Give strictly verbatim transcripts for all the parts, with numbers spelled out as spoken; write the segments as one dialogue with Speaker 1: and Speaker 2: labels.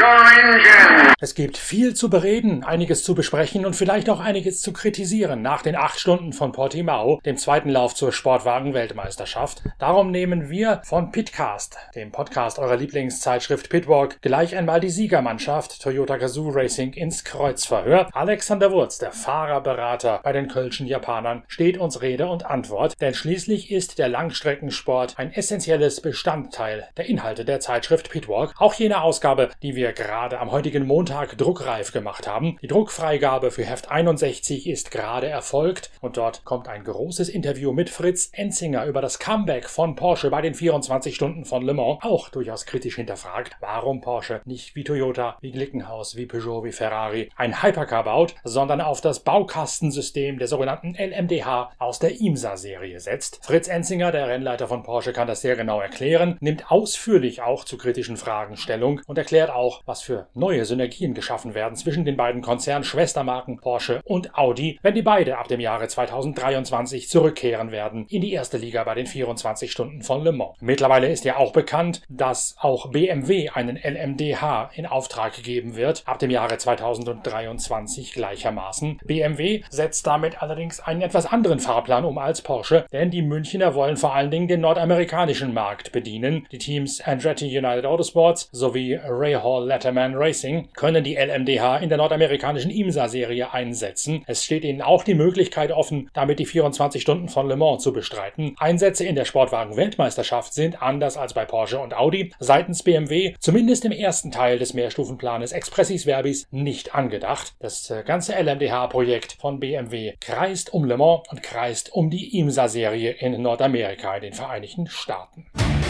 Speaker 1: your engine.
Speaker 2: Es gibt viel zu bereden, einiges zu besprechen und vielleicht auch einiges zu kritisieren nach den acht Stunden von Portimao, dem zweiten Lauf zur Sportwagen-Weltmeisterschaft. Darum nehmen wir von Pitcast, dem Podcast eurer Lieblingszeitschrift Pitwalk, gleich einmal die Siegermannschaft Toyota Gazoo Racing ins Kreuzverhör. Alexander Wurz, der Fahrerberater bei den Kölschen Japanern, steht uns Rede und Antwort, denn schließlich ist der Langstreckensport ein essentielles Bestandteil der Inhalte der Zeitschrift Pitwalk, auch jene Ausgabe, die wir gerade am heutigen Montag druckreif gemacht haben. Die Druckfreigabe für Heft einundsechzig ist gerade erfolgt und dort kommt ein großes Interview mit Fritz Enzinger über das Comeback von Porsche bei den vierundzwanzig Stunden von Le Mans, auch durchaus kritisch hinterfragt, warum Porsche nicht wie Toyota, wie Glickenhaus, wie Peugeot, wie Ferrari ein Hypercar baut, sondern auf das Baukastensystem der sogenannten L M D H aus der IMSA-Serie setzt. Fritz Enzinger, der Rennleiter von Porsche, kann das sehr genau erklären, nimmt ausführlich auch zu kritischen Fragen Stellung und erklärt auch, was für neue Synergien geschaffen werden zwischen den beiden Konzern-Schwestermarken Porsche und Audi, wenn die beide ab dem Jahre zweitausenddreiundzwanzig zurückkehren werden in die erste Liga bei den vierundzwanzig Stunden von Le Mans. Mittlerweile ist ja auch bekannt, dass auch B M W einen L M D H in Auftrag geben wird, ab dem Jahre zweitausenddreiundzwanzig gleichermaßen. B M W setzt damit allerdings einen etwas anderen Fahrplan um als Porsche, denn die Münchner wollen vor allen Dingen den nordamerikanischen Markt bedienen. Die Teams Andretti United Autosports sowie Ray Hall Letterman Racing können die L M D H in der nordamerikanischen IMSA-Serie einsetzen. Es steht ihnen auch die Möglichkeit offen, damit die vierundzwanzig Stunden von Le Mans zu bestreiten. Einsätze in der Sportwagen-Weltmeisterschaft sind anders als bei Porsche und Audi seitens B M W, zumindest im ersten Teil des Mehrstufenplanes Expressis Verbis, nicht angedacht. Das ganze L M D H-Projekt von B M W kreist um Le Mans und kreist um die IMSA-Serie in Nordamerika, in den Vereinigten Staaten.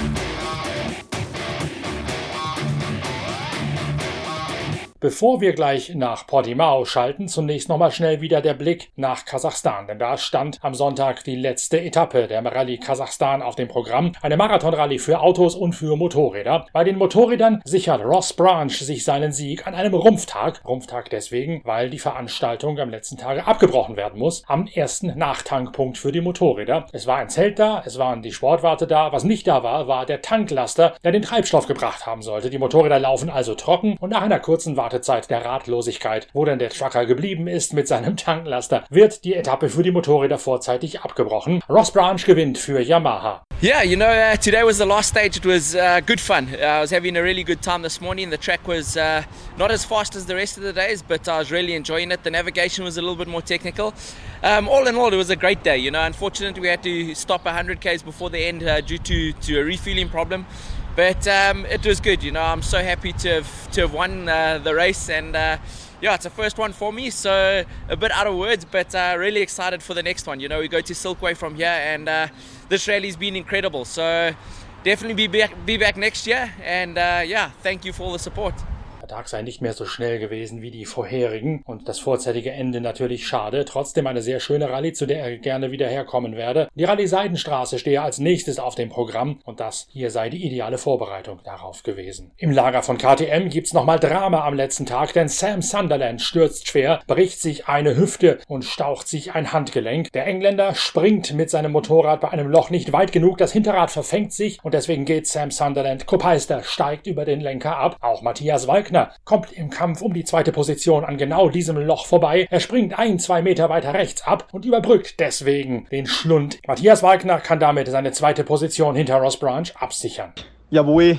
Speaker 2: Bevor wir gleich nach Portimao schalten, zunächst nochmal schnell wieder der Blick nach Kasachstan, denn da stand am Sonntag die letzte Etappe der Rallye Kasachstan auf dem Programm, eine Marathonrallye für Autos und für Motorräder. Bei den Motorrädern sichert Ross Branch sich seinen Sieg an einem Rumpftag, Rumpftag deswegen, weil die Veranstaltung am letzten Tage abgebrochen werden muss, am ersten Nachtankpunkt für die Motorräder. Es war ein Zelt da, es waren die Sportwarte da, was nicht da war, war der Tanklaster, der den Treibstoff gebracht haben sollte. Die Motorräder laufen also trocken und nach einer kurzen Wartezeit der Ratlosigkeit, wo denn der Trucker geblieben ist mit seinem Tanklaster, wird die Etappe für die Motorräder vorzeitig abgebrochen. Ross Branch gewinnt für Yamaha.
Speaker 3: Yeah, you know, uh, today was the last stage. It was uh, good fun. Uh, I was having a really good time this morning. The track was uh, not as fast as the rest of the days, but I was really enjoying it. The navigation was a little bit more technical. Um, all in all, it was a great day. You know, unfortunately, we had to stop one hundred kays before the end uh, due to, to a refueling problem. But um, it was good, you know. I'm so happy to have to have won uh, the race, and uh, yeah, it's a first one for me. So a bit out of words, but uh, really excited for the next one. You know, we go to Silkway from here, and uh, this rally's been incredible. So definitely be back, be back next year, and uh, yeah, thank you for all the support.
Speaker 2: Der Tag sei nicht mehr so schnell gewesen wie die vorherigen und das vorzeitige Ende natürlich schade. Trotzdem eine sehr schöne Rallye, zu der er gerne wieder herkommen werde. Die Rallye Seidenstraße stehe als nächstes auf dem Programm und das hier sei die ideale Vorbereitung darauf gewesen. Im Lager von K T M gibt's nochmal Drama am letzten Tag, denn Sam Sunderland stürzt schwer, bricht sich eine Hüfte und staucht sich ein Handgelenk. Der Engländer springt mit seinem Motorrad bei einem Loch nicht weit genug, das Hinterrad verfängt sich und deswegen geht Sam Sunderland. Kopeister steigt über den Lenker ab. Auch Matthias Walkner kommt im Kampf um die zweite Position an genau diesem Loch vorbei. Er springt ein, zwei Meter weiter rechts ab und überbrückt deswegen den Schlund. Matthias Walkner kann damit seine zweite Position hinter Ross Branch absichern.
Speaker 4: Jawohl,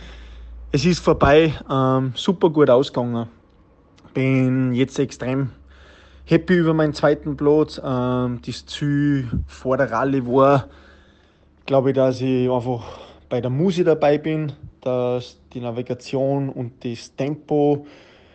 Speaker 4: es ist vorbei. Ähm, super gut ausgegangen. Bin jetzt extrem happy über meinen zweiten Platz. Ähm, das Ziel vor der Rallye war, glaube ich, dass ich einfach bei der Musik dabei bin, dass die Navigation und das Tempo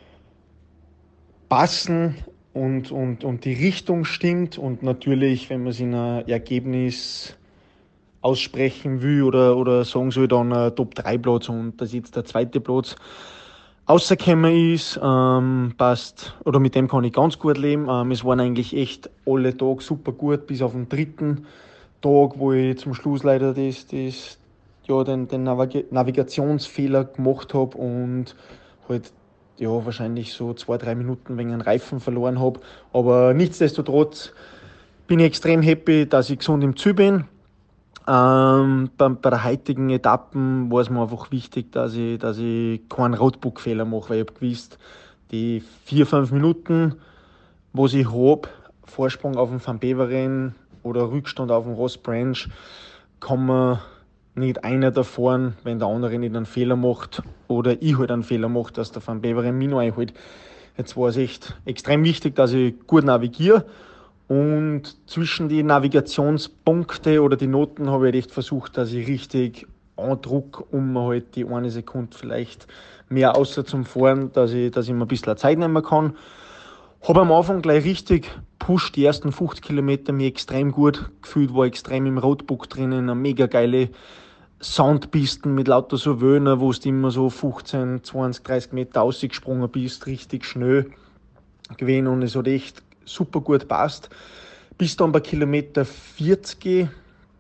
Speaker 4: passen und, und, und die Richtung stimmt. Und natürlich, wenn man es in ein Ergebnis aussprechen will oder, oder sagen soll, dann ein Top drei Platz. Und dass jetzt der zweite Platz rausgekommen ist, ähm, passt, oder mit dem kann ich ganz gut leben. Ähm, es waren eigentlich echt alle Tage super gut, bis auf den dritten Tag, wo ich zum Schluss leider das, das ja, den, den Navig- Navigationsfehler gemacht habe und halt ja, wahrscheinlich so zwei, drei Minuten wegen einem Reifen verloren habe. Aber nichtsdestotrotz bin ich extrem happy, dass ich gesund im Ziel bin. Ähm, bei, bei der heutigen Etappen war es mir einfach wichtig, dass ich, dass ich keinen Roadbook-Fehler mache, weil ich habe gewusst, die vier, fünf Minuten, was ich habe, Vorsprung auf dem Van Beveren oder Rückstand auf dem Ross Branch, kann man nicht einer da fahren, wenn der andere nicht einen Fehler macht oder ich halt einen Fehler mache, dass der Van Beveren mich noch einholt. Jetzt war es echt extrem wichtig, dass ich gut navigiere. Und zwischen die Navigationspunkte oder die Noten habe ich echt versucht, dass ich richtig andruck, um halt die eine Sekunde vielleicht mehr außer zum Fahren, dass ich, dass ich mir ein bisschen Zeit nehmen kann. Habe am Anfang gleich richtig pusht, die ersten fünfzig Kilometer mir extrem gut gefühlt, war extrem im Roadbook drinnen, eine mega geile Soundpisten mit lauter so Wöhner, wo du immer so fünfzehn, zwanzig, dreißig Meter ausgesprungen bist, richtig schnell gewesen und es hat echt super gut passt. Bis dann bei Kilometer vierzig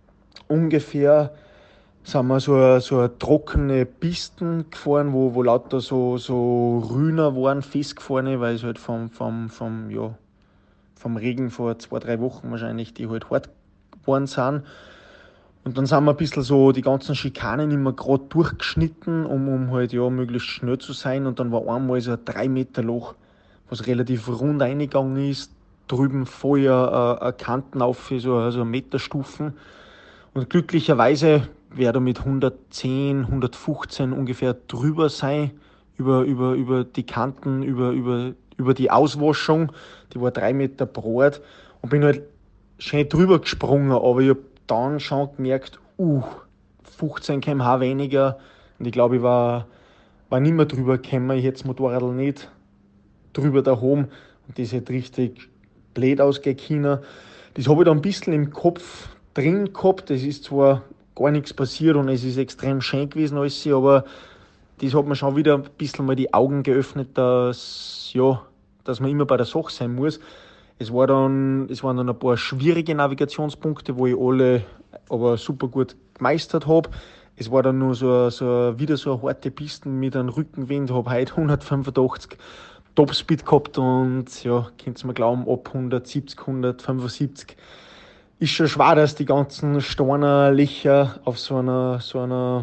Speaker 4: ungefähr sind wir so eine, so eine trockene Pisten gefahren, wo, wo lauter so, so Rühner waren, festgefahrene, weil es halt vom, vom, vom, ja, vom Regen vor zwei, drei Wochen wahrscheinlich, die halt hart geworden sind. Und dann sind wir ein bisschen so die ganzen Schikanen immer gerade durchgeschnitten, um, um halt ja möglichst schnell zu sein. Und dann war einmal so ein drei Meter Loch, was relativ rund eingegangen ist. Drüben vorher eine Kanten auf, so also Meterstufen. Und glücklicherweise werde ich mit hundertzehn, hundertfünfzehn ungefähr drüber sein, über, über, über die Kanten, über, über, über die Auswaschung. Die war drei Meter breit und bin halt schön drüber gesprungen, aber ich habe dann schon gemerkt, uh, fünfzehn Kilometer pro Stunde weniger. Und ich glaube, ich war, war nicht mehr drüber gekommen. Ich hätte das Motorrad nicht drüber daheim. Und das hat richtig blöd ausgegangen. Das habe ich dann ein bisschen im Kopf drin gehabt. Es ist zwar gar nichts passiert und es ist extrem schön gewesen alles, aber das hat mir schon wieder ein bisschen mal die Augen geöffnet, dass, ja, dass man immer bei der Sache sein muss. Es, war dann, es waren dann ein paar schwierige Navigationspunkte, wo ich alle aber super gut gemeistert habe. Es war dann nur so, so wieder so eine harte Piste mit einem Rückenwind. Ich habe heute hundertfünfundachtzig Topspeed gehabt und ja, könnt ihr mir glauben, ab hundertsiebzig, hundertfünfundsiebzig ist schon schwer, dass die ganzen Steine, Löcher auf so einer, so einer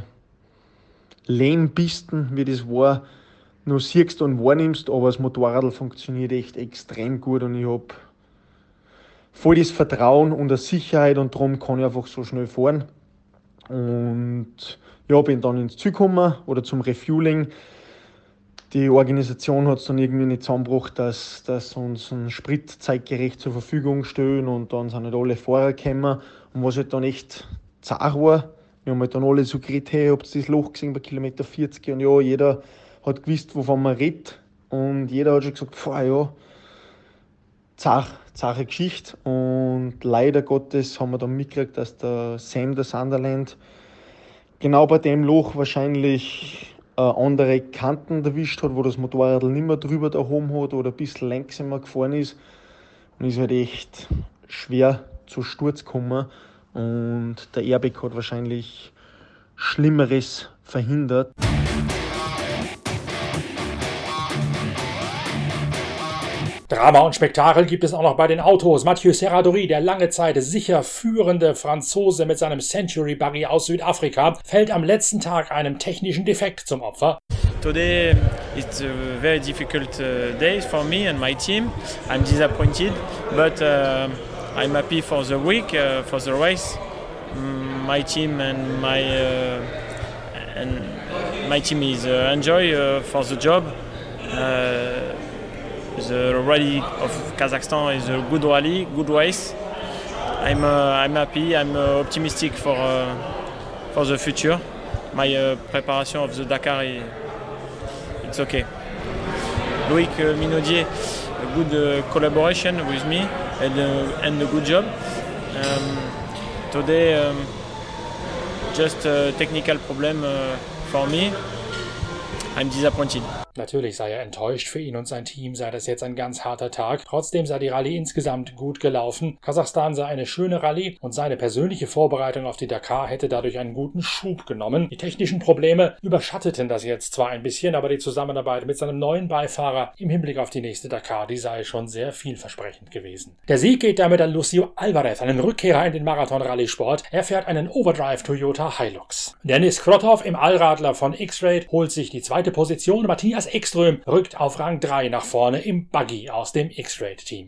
Speaker 4: Lehmpisten, wie das war, nur siehst und wahrnimmst, aber das Motorrad funktioniert echt extrem gut und ich habe voll das Vertrauen und eine Sicherheit und darum kann ich einfach so schnell fahren. Und ja, bin dann ins Ziel gekommen oder zum Refueling. Die Organisation hat es dann irgendwie nicht zusammengebracht, dass, dass uns ein Sprit zeitgerecht zur Verfügung stellen und dann sind nicht alle Fahrer gekommen. Und was halt dann echt zart war, wir haben halt dann alle so geredet, hey, habt ihr das Loch gesehen bei Kilometer vierzig? Und ja, jeder hat gewusst, wovon man redet und jeder hat schon gesagt, pf, ja, zart, zarte Geschichte. Und leider Gottes haben wir dann mitgekriegt, dass der Sam, der Sunderland, genau bei dem Loch wahrscheinlich äh, andere Kanten erwischt hat, wo das Motorrad nicht mehr drüber daheim hat oder ein bisschen langsamer gefahren ist. Und ist halt echt schwer zu Sturz gekommen. Und der Airbag hat wahrscheinlich Schlimmeres verhindert.
Speaker 2: Drama und Spektakel gibt es auch noch bei den Autos. Mathieu Serradori, der lange Zeit sicher führende Franzose mit seinem Century Buggy aus Südafrika, fällt am letzten Tag einem technischen Defekt zum Opfer.
Speaker 1: Today it's a very difficult uh, day for me and my team. I'm disappointed, but uh, I'm happy for the week, uh, for the race. Mm, my team and my uh, and my team is uh, enjoy uh, for the job. Uh, The rally of Kazakhstan is a good rally, good race. I'm uh, I'm happy. I'm uh, optimistic for uh, for the future. My uh, preparation of the Dakar, is, it's okay. Loïc uh, Minaudier, a good uh, collaboration with me and uh, and a good job. Um, today, um, just a technical problem uh, for me. I'm disappointed.
Speaker 2: Natürlich sei er enttäuscht, für ihn und sein Team sei das jetzt ein ganz harter Tag. Trotzdem sei die Rallye insgesamt gut gelaufen. Kasachstan sei eine schöne Rallye und seine persönliche Vorbereitung auf die Dakar hätte dadurch einen guten Schub genommen. Die technischen Probleme überschatteten das jetzt zwar ein bisschen, aber die Zusammenarbeit mit seinem neuen Beifahrer im Hinblick auf die nächste Dakar, die sei schon sehr vielversprechend gewesen. Der Sieg geht damit an Lucio Alvarez, einen Rückkehrer in den Marathon-Rallye-Sport. Er fährt einen Overdrive Toyota Hilux. Dennis Krotov im Allradler von X-Raid holt sich die zweite Position. Matthias Ekström rückt auf Rang drei nach vorne im Buggy aus dem X-Raid-Team.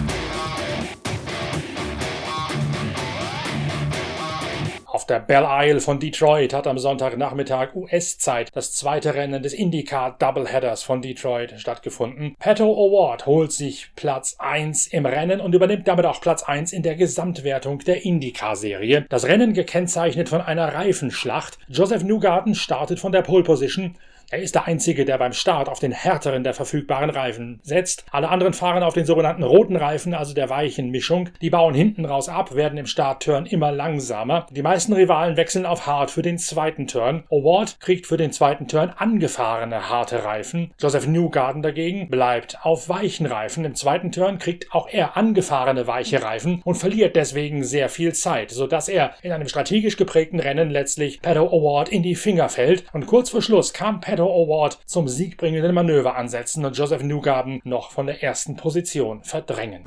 Speaker 2: Auf der Belle Isle von Detroit hat am Sonntagnachmittag U S-Zeit das zweite Rennen des IndyCar Doubleheaders von Detroit stattgefunden. Pato O'Ward holt sich Platz eins im Rennen und übernimmt damit auch Platz eins in der Gesamtwertung der IndyCar-Serie. Das Rennen gekennzeichnet von einer Reifenschlacht. Joseph Newgarden startet von der Pole Position. Er ist der Einzige, der beim Start auf den härteren der verfügbaren Reifen setzt. Alle anderen fahren auf den sogenannten roten Reifen, also der weichen Mischung. Die bauen hinten raus ab, werden im Startturn immer langsamer. Die meisten Rivalen wechseln auf hart für den zweiten Turn. O'Ward kriegt für den zweiten Turn angefahrene harte Reifen. Joseph Newgarden dagegen bleibt auf weichen Reifen. Im zweiten Turn kriegt auch er angefahrene weiche Reifen und verliert deswegen sehr viel Zeit, sodass er in einem strategisch geprägten Rennen letztlich Pato O'Ward in die Finger fällt. Und kurz vor Schluss kam Pato O'Ward zum siegbringenden Manöver ansetzen und Joseph Newgarden noch von der ersten Position verdrängen.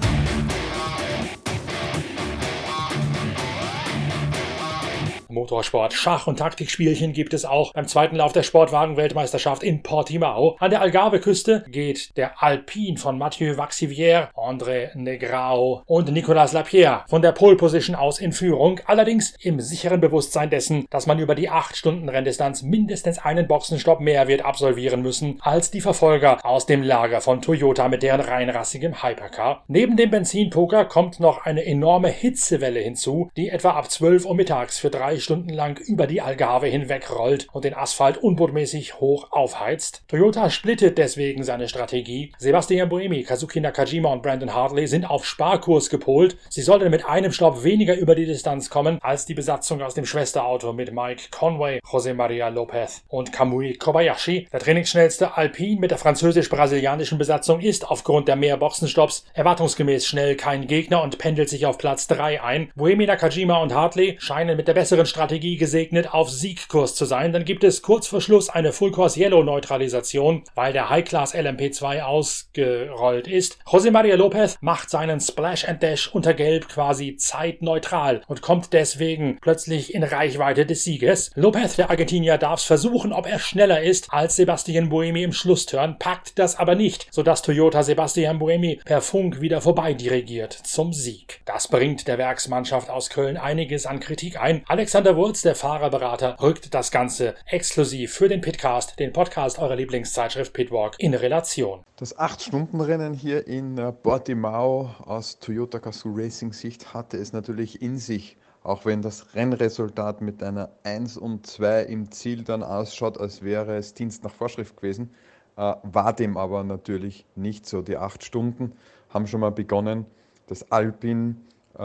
Speaker 2: Motorsport, Schach- und Taktikspielchen gibt es auch beim zweiten Lauf der Sportwagen-Weltmeisterschaft in Portimao. An der Algarve-Küste geht der Alpine von Mathieu Vaxivière, André Negrao und Nicolas Lapierre von der Pole-Position aus in Führung, allerdings im sicheren Bewusstsein dessen, dass man über die acht Stunden Renndistanz mindestens einen Boxenstopp mehr wird absolvieren müssen als die Verfolger aus dem Lager von Toyota mit deren reinrassigem Hypercar. Neben dem Benzinpoker kommt noch eine enorme Hitzewelle hinzu, die etwa ab zwölf Uhr mittags für drei Stunden lang über die Algarve hinweg rollt und den Asphalt unbotmäßig hoch aufheizt. Toyota splittet deswegen seine Strategie. Sebastian Buemi, Kazuki Nakajima und Brandon Hartley sind auf Sparkurs gepolt. Sie sollten mit einem Stopp weniger über die Distanz kommen als die Besatzung aus dem Schwesterauto mit Mike Conway, José María López und Kamui Kobayashi. Der trainingsschnellste Alpine mit der französisch-brasilianischen Besatzung ist aufgrund der mehr Boxenstopps erwartungsgemäß schnell kein Gegner und pendelt sich auf Platz drei ein. Buemi, Nakajima und Hartley scheinen mit der besseren Strategie gesegnet, auf Siegkurs zu sein. Dann gibt es kurz vor Schluss eine Full-Course-Yellow-Neutralisation, weil der High-Class L M P zwei ausgerollt ist. José María López macht seinen Splash and Dash unter Gelb quasi zeitneutral und kommt deswegen plötzlich in Reichweite des Sieges. López, der Argentinier, darf es versuchen, ob er schneller ist als Sebastian Buemi im Schlussturn, packt das aber nicht, sodass Toyota Sebastian Buemi per Funk wieder vorbei dirigiert zum Sieg. Das bringt der Werksmannschaft aus Köln einiges an Kritik ein. Alexander Wurz, der Fahrerberater, rückt das Ganze exklusiv für den Pitcast, den Podcast eurer Lieblingszeitschrift Pitwalk, in Relation.
Speaker 5: Das acht Stunden Rennen hier in Portimao aus Toyota Gazoo Racing Sicht hatte es natürlich in sich, auch wenn das Rennresultat mit einer eins und zwei im Ziel dann ausschaut, als wäre es Dienst nach Vorschrift gewesen, äh, war dem aber natürlich nicht so. Die acht Stunden haben schon mal begonnen, das Alpine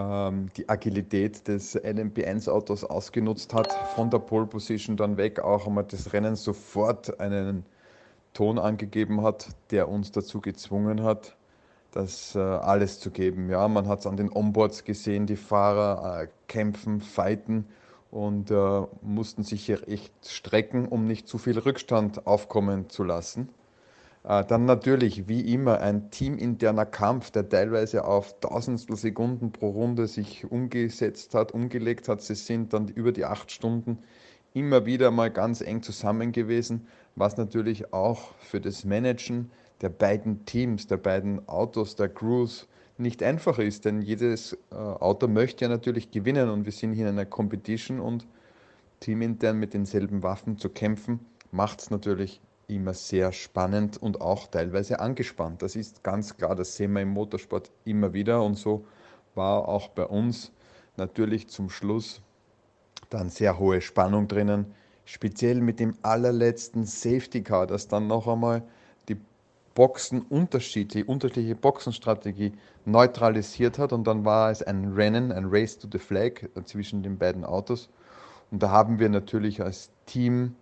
Speaker 5: die Agilität des L M P eins Autos ausgenutzt hat, von der Pole Position dann weg, auch einmal das Rennen sofort einen Ton angegeben hat, der uns dazu gezwungen hat, das äh, alles zu geben. Ja, man hat es an den Onboards gesehen, die Fahrer äh, kämpfen, fighten und äh, mussten sich hier echt strecken, um nicht zu viel Rückstand aufkommen zu lassen. Dann natürlich, wie immer, ein teaminterner Kampf, der teilweise auf Tausendstel Sekunden pro Runde sich umgesetzt hat, umgelegt hat. Sie sind dann über die acht Stunden immer wieder mal ganz eng zusammen gewesen, was natürlich auch für das Managen der beiden Teams, der beiden Autos, der Crews nicht einfach ist. Denn jedes äh, Auto möchte ja natürlich gewinnen und wir sind hier in einer Competition und teamintern mit denselben Waffen zu kämpfen, macht es natürlich immer sehr spannend und auch teilweise angespannt. Das ist ganz klar, das sehen wir im Motorsport immer wieder und so war auch bei uns natürlich zum Schluss dann sehr hohe Spannung drinnen, speziell mit dem allerletzten Safety Car, das dann noch einmal die Boxenunterschied, die unterschiedliche Boxenstrategie neutralisiert hat und dann war es ein Rennen, ein Race to the Flag zwischen den beiden Autos und da haben wir natürlich als Team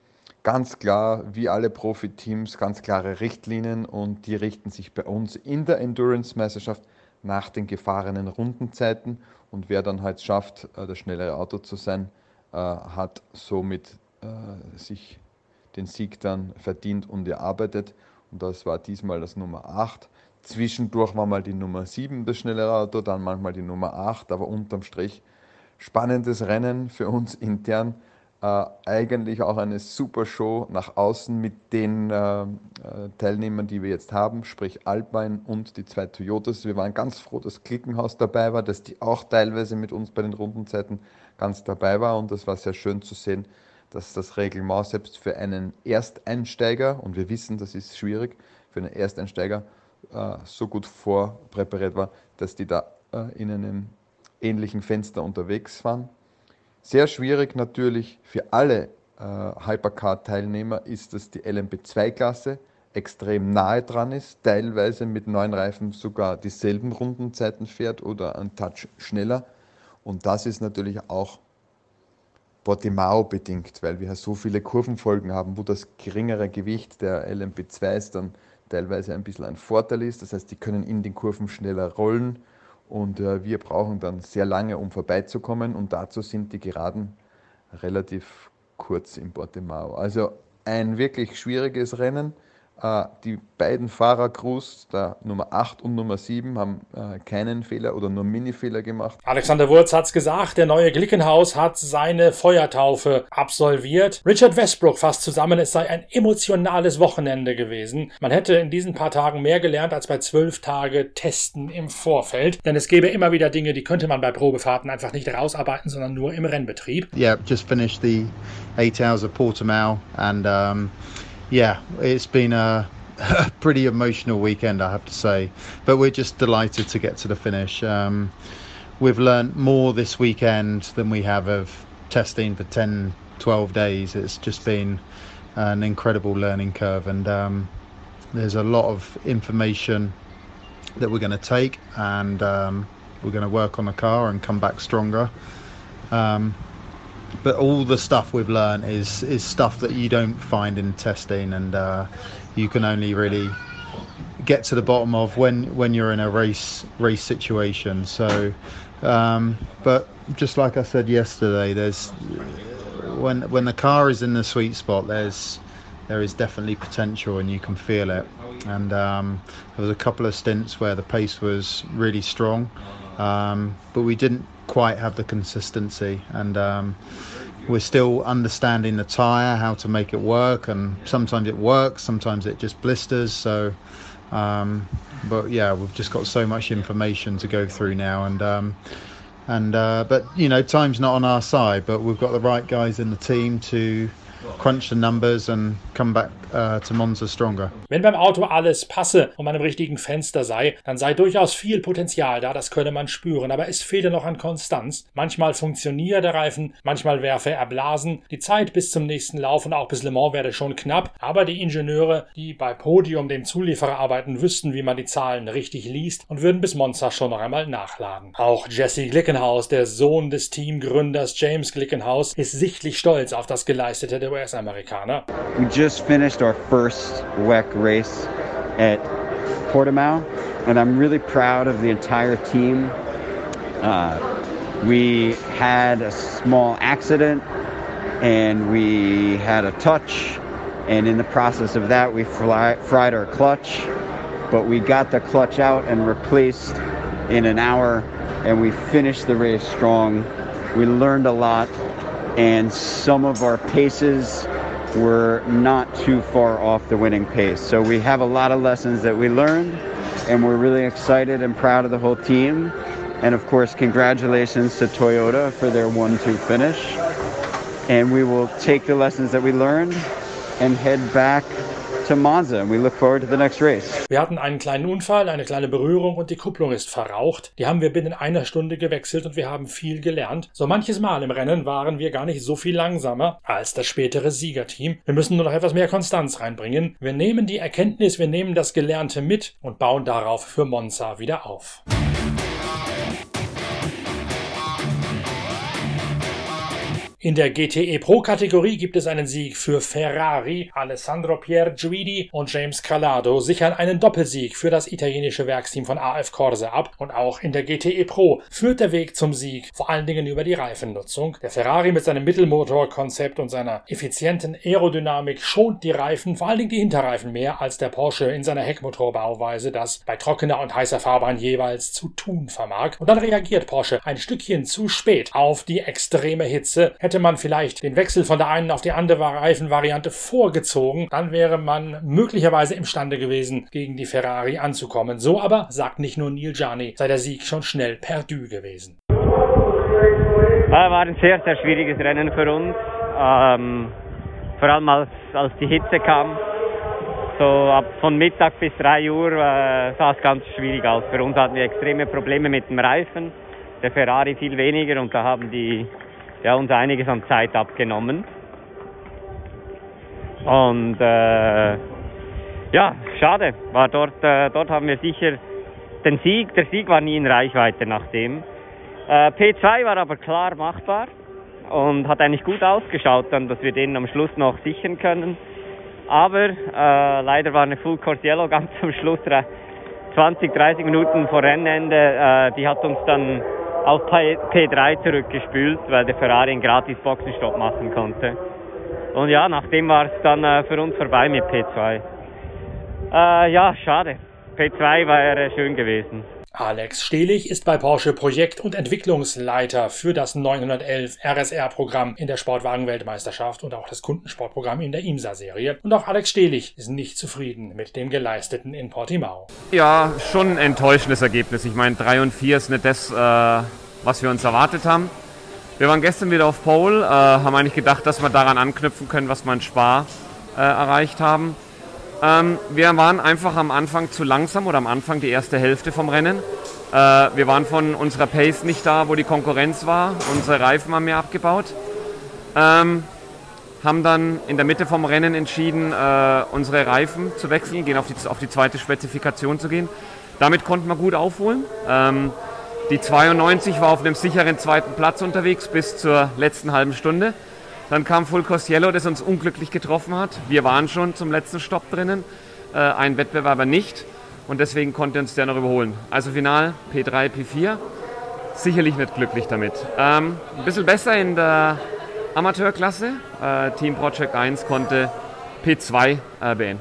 Speaker 5: ganz klar, wie alle Profiteams, ganz klare Richtlinien und die richten sich bei uns in der Endurance-Meisterschaft nach den gefahrenen Rundenzeiten und wer dann halt schafft, das schnellere Auto zu sein, hat somit sich den Sieg dann verdient und erarbeitet und das war diesmal das Nummer acht. Zwischendurch war mal die Nummer sieben das schnellere Auto, dann manchmal die Nummer acht, aber unterm Strich spannendes Rennen für uns intern. Äh, eigentlich auch eine super Show nach außen mit den äh, Teilnehmern, die wir jetzt haben, sprich Alpine und die zwei Toyotas. Wir waren ganz froh, dass Klickenhaus dabei war, dass die auch teilweise mit uns bei den Rundenzeiten ganz dabei war und das war sehr schön zu sehen, dass das Reglement selbst für einen Ersteinsteiger, und wir wissen, das ist schwierig, für einen Ersteinsteiger äh, so gut vorpräpariert war, dass die da äh, in einem ähnlichen Fenster unterwegs waren. Sehr schwierig natürlich für alle äh, Hypercar-Teilnehmer ist, dass die L M P zwei Klasse extrem nahe dran ist, teilweise mit neuen Reifen sogar dieselben Rundenzeiten fährt oder einen Touch schneller. Und das ist natürlich auch Portimao bedingt, weil wir so viele Kurvenfolgen haben, wo das geringere Gewicht der L M P zwei dann teilweise ein bisschen ein Vorteil ist. Das heißt, die können in den Kurven schneller rollen. Und äh, wir brauchen dann sehr lange, um vorbeizukommen und dazu sind die Geraden relativ kurz in Portimao. Also ein wirklich schwieriges Rennen. Äh, die beiden Fahrercrews, der Nummer acht und Nummer sieben, haben äh, keinen Fehler oder nur Mini-Fehler gemacht.
Speaker 2: Alexander Wurz hat's gesagt, der neue Glickenhaus hat seine Feuertaufe absolviert. Richard Westbrook fasst zusammen, es sei ein emotionales Wochenende gewesen. Man hätte in diesen paar Tagen mehr gelernt als bei zwölf Tage Testen im Vorfeld. Denn es gäbe immer wieder Dinge, die könnte man bei Probefahrten einfach nicht rausarbeiten, sondern nur im Rennbetrieb.
Speaker 6: Yeah, just finished the eight hours of Portimao and um yeah, it's been a, a pretty emotional weekend, I have to say. But we're just delighted to get to the finish. Um, we've learned more this weekend than we have of testing for ten, twelve days. It's just been an incredible learning curve. And um, there's a lot of information that we're going to take. And um, we're going to work on the car and come back stronger. Um, But all the stuff we've learned is is stuff that you don't find in testing, and uh, you can only really get to the bottom of when when you're in a race race situation. So, um, but just like I said yesterday, there's when when the car is in the sweet spot, there's there is definitely potential, and you can feel it. And um, there was a couple of stints where the pace was really strong, um, but we didn't quite have the consistency, and um, we're still understanding the tyre, how to make it work, and sometimes it works, sometimes it just blisters. So um, but yeah, we've just got so much information to go through now, and um, and uh, but you know, time's not on our side, but we've got the right guys in the team to crunch the numbers and come back uh, to Monza stronger.
Speaker 2: Wenn beim Auto alles passe und man im richtigen Fenster sei, dann sei durchaus viel Potenzial da, das könne man spüren, aber es fehle noch an Konstanz. Manchmal funktioniere der Reifen, manchmal werfe er Blasen. Die Zeit bis zum nächsten Lauf und auch bis Le Mans werde schon knapp, aber die Ingenieure, die bei Podium, dem Zulieferer, arbeiten, wüssten, wie man die Zahlen richtig liest und würden bis Monza schon noch einmal nachladen. Auch Jesse Glickenhaus, der Sohn des Teamgründers James Glickenhaus, ist sichtlich stolz auf das Geleistete der U S-Amerikaner.
Speaker 7: We just finished our first W E C race at Portimao, and I'm really proud of the entire team. Uh, we had a small accident, and we had a touch, and in the process of that, we fly, fried our clutch, but we got the clutch out and replaced in an hour, and we finished the race strong. We learned a lot, and some of our paces were not too far off the winning pace. So we have a lot of lessons that we learned, and we're really excited and proud of the whole team. And of course, congratulations to Toyota for their one two finish. And we will take the lessons that we learned and head back to Monza, and we look forward to the next race.
Speaker 2: Wir hatten einen kleinen Unfall, eine kleine Berührung und die Kupplung ist verraucht. Die haben wir binnen einer Stunde gewechselt und wir haben viel gelernt. So manches Mal im Rennen waren wir gar nicht so viel langsamer als das spätere Siegerteam. Wir müssen nur noch etwas mehr Konstanz reinbringen. Wir nehmen die Erkenntnis, wir nehmen das Gelernte mit und bauen darauf für Monza wieder auf. In der G T E Pro-Kategorie gibt es einen Sieg für Ferrari. Alessandro Pierguidi und James Calado sichern einen Doppelsieg für das italienische Werksteam von A F Corse ab. Und auch in der G T E Pro führt der Weg zum Sieg vor allen Dingen über die Reifennutzung. Der Ferrari mit seinem Mittelmotorkonzept und seiner effizienten Aerodynamik schont die Reifen, vor allen Dingen die Hinterreifen, mehr als der Porsche in seiner Heckmotorbauweise das bei trockener und heißer Fahrbahn jeweils zu tun vermag. Und dann reagiert Porsche ein Stückchen zu spät auf die extreme Hitze. Hätte man vielleicht den Wechsel von der einen auf die andere Reifenvariante vorgezogen, dann wäre man möglicherweise imstande gewesen, gegen die Ferrari anzukommen. So aber, sagt nicht nur Neel Jani, sei der Sieg schon schnell perdu gewesen.
Speaker 8: War ein sehr, sehr schwieriges Rennen für uns. Ähm, vor allem als, als die Hitze kam. So ab von Mittag bis drei Uhr äh, sah es ganz schwierig aus. Für uns hatten wir extreme Probleme mit dem Reifen. Der Ferrari viel weniger und da haben die ja, uns einiges an Zeit abgenommen. Und äh, ja, schade. War dort, äh, dort haben wir sicher den Sieg. Der Sieg war nie in Reichweite nach dem. Äh, P zwei war aber klar machbar und hat eigentlich gut ausgeschaut, dann, dass wir den am Schluss noch sichern können. Aber äh, leider war eine Full Course Yellow ganz zum Schluss, zwanzig, dreißig Minuten vor Rennende. Äh, die hat uns dann auf P drei zurückgespült, weil der Ferrari einen gratis Boxenstopp machen konnte. Und ja, nachdem war es dann äh, für uns vorbei mit P zwei. Äh, ja, schade. P zwei wäre schön gewesen.
Speaker 2: Alex Stehlich ist bei Porsche Projekt- und Entwicklungsleiter für das neunhundertelf R S R-Programm in der Sportwagen-Weltmeisterschaft und auch das Kundensportprogramm in der IMSA-Serie. Und auch Alex Stehlich ist nicht zufrieden mit dem Geleisteten in Portimao.
Speaker 9: Ja, schon ein enttäuschendes Ergebnis. Ich meine, drei und vier ist nicht das, äh, was wir uns erwartet haben. Wir waren gestern wieder auf Pole, äh, haben eigentlich gedacht, dass wir daran anknüpfen können, was wir in Spa äh, erreicht haben. Ähm, wir waren einfach am Anfang zu langsam oder am Anfang die erste Hälfte vom Rennen. Äh, wir waren von unserer Pace nicht da, wo die Konkurrenz war. Unsere Reifen haben mehr abgebaut. Ähm, haben dann in der Mitte vom Rennen entschieden, äh, unsere Reifen zu wechseln, gehen auf die, auf die zweite Spezifikation zu gehen. Damit konnten wir gut aufholen. Ähm, die zweiundneunzig war auf einem sicheren zweiten Platz unterwegs bis zur letzten halben Stunde. Dann kam Full Course Yellow, das uns unglücklich getroffen hat. Wir waren schon zum letzten Stopp drinnen, äh, ein Wettbewerber nicht. Und deswegen konnte uns der noch überholen. Also final P drei, P vier. Sicherlich nicht glücklich damit. Ähm, ein bisschen besser in der Amateurklasse. Äh, Team Project eins konnte P zwei äh, beenden.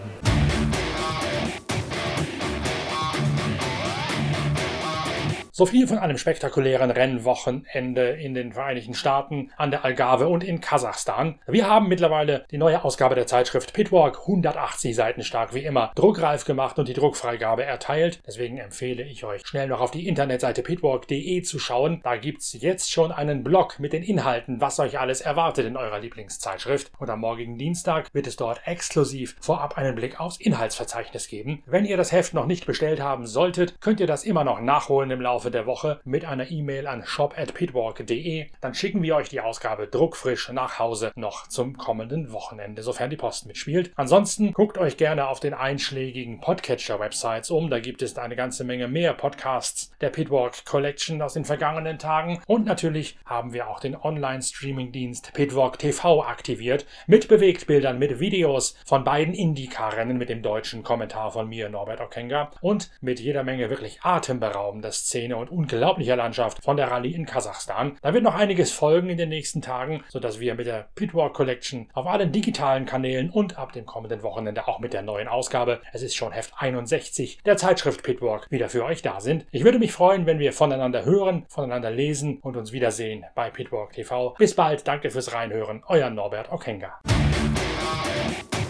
Speaker 2: So viel von einem spektakulären Rennwochenende in den Vereinigten Staaten, an der Algarve und in Kasachstan. Wir haben mittlerweile die neue Ausgabe der Zeitschrift Pitwalk, hundertachtzig Seiten stark wie immer, druckreif gemacht und die Druckfreigabe erteilt. Deswegen empfehle ich euch, schnell noch auf die Internetseite pitwalk punkt de zu schauen. Da gibt's jetzt schon einen Blog mit den Inhalten, was euch alles erwartet in eurer Lieblingszeitschrift. Und am morgigen Dienstag wird es dort exklusiv vorab einen Blick aufs Inhaltsverzeichnis geben. Wenn ihr das Heft noch nicht bestellt haben solltet, könnt ihr das immer noch nachholen im Laufe der Woche mit einer E-Mail an shop at pitwalk punkt de. Dann schicken wir euch die Ausgabe druckfrisch nach Hause noch zum kommenden Wochenende, sofern die Post mitspielt. Ansonsten guckt euch gerne auf den einschlägigen Podcatcher-Websites um. Da gibt es eine ganze Menge mehr Podcasts der Pitwalk Collection aus den vergangenen Tagen. Und natürlich haben wir auch den Online-Streaming-Dienst Pitwalk T V aktiviert mit Bewegtbildern, mit Videos von beiden IndyCar-Rennen mit dem deutschen Kommentar von mir, Norbert Okenga, und mit jeder Menge wirklich atemberaubender Szene und unglaublicher Landschaft von der Rallye in Kasachstan. Da wird noch einiges folgen in den nächsten Tagen, sodass wir mit der Pitwalk Collection auf allen digitalen Kanälen und ab dem kommenden Wochenende auch mit der neuen Ausgabe, es ist schon Heft einundsechzig, der Zeitschrift Pitwalk, wieder für euch da sind. Ich würde mich freuen, wenn wir voneinander hören, voneinander lesen und uns wiedersehen bei Pitwalk T V. Bis bald, danke fürs Reinhören, euer Norbert Okenga.